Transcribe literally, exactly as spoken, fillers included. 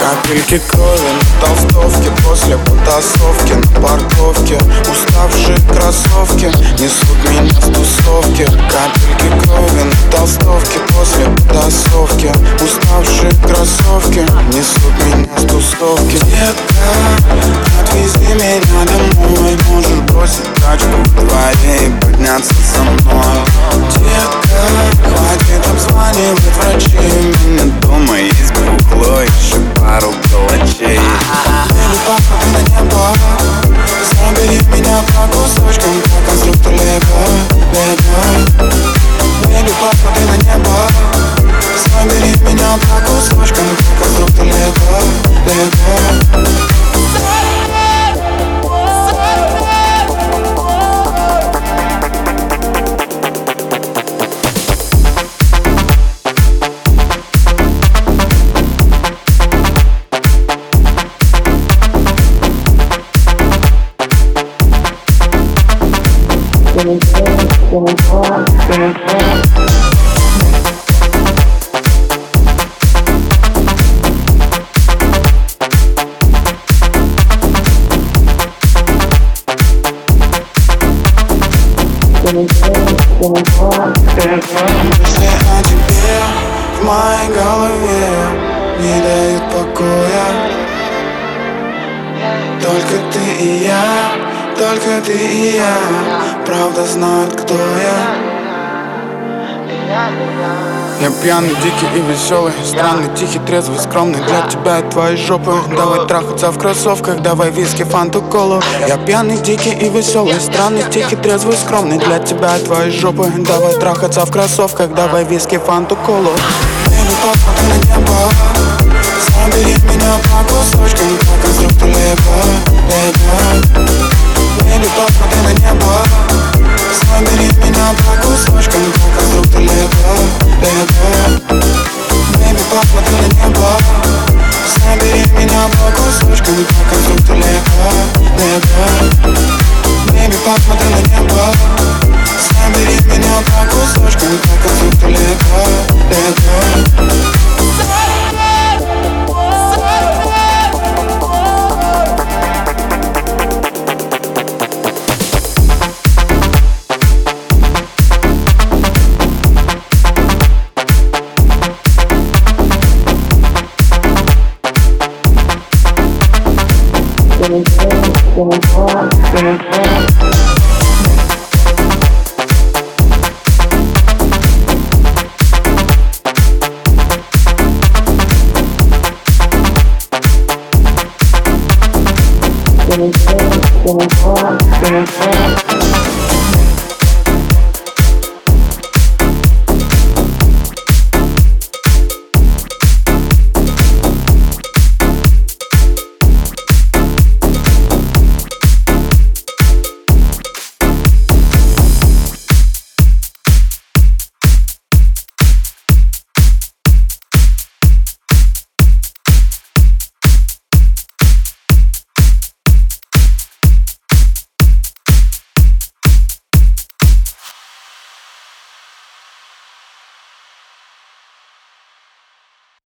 Капельки крови на толстовке после потасовки на парковке. Уставшие кроссовки несут меня с тусовки. Капельки крови на толстовке после потасовки. Уставшие кроссовки несут меня с тусовки. Детка, отвези меня домой. Можешь бросить тачку в дворе и подняться со мной. Детка, хватит обзванивать врачей. У меня дома есть бухло, еще пару калачей. Baby, поход на небо. Забери меня по кусочкам, как конструктор Лего, Лего. Baby, поход на небо. Забери меня по кусочкам, как конструктор Лего, Лего. Мысли о тебе в моей голове не дают покоя. Только ты и я, только ты и я, правда знают, кто я. Я пьяный, дикий и веселый, странный, тихий, трезвый, скромный. Для тебя и твоей жопы давай трахаться в кроссовках, давай виски, фанту, колу. Я пьяный, дикий и веселый, странный, тихий, трезвый, скромный. Для тебя и твоей жопы давай трахаться в кроссовках, давай виски, фанту, колу. Baby, посмотри на небо. Забери меня по кусочкам, как конструктор Лего, Лего. Baby, посмотри на небо. Забери меня по кусочкам, как конструктор Лего, Лего. Baby, посмотри на небо. Забери меня по кусочкам, как конструктор Лего, Лего. Baby, посмотри на небо. Забери меня по кусочкам, как конструктор Лего, Лего. Thank you.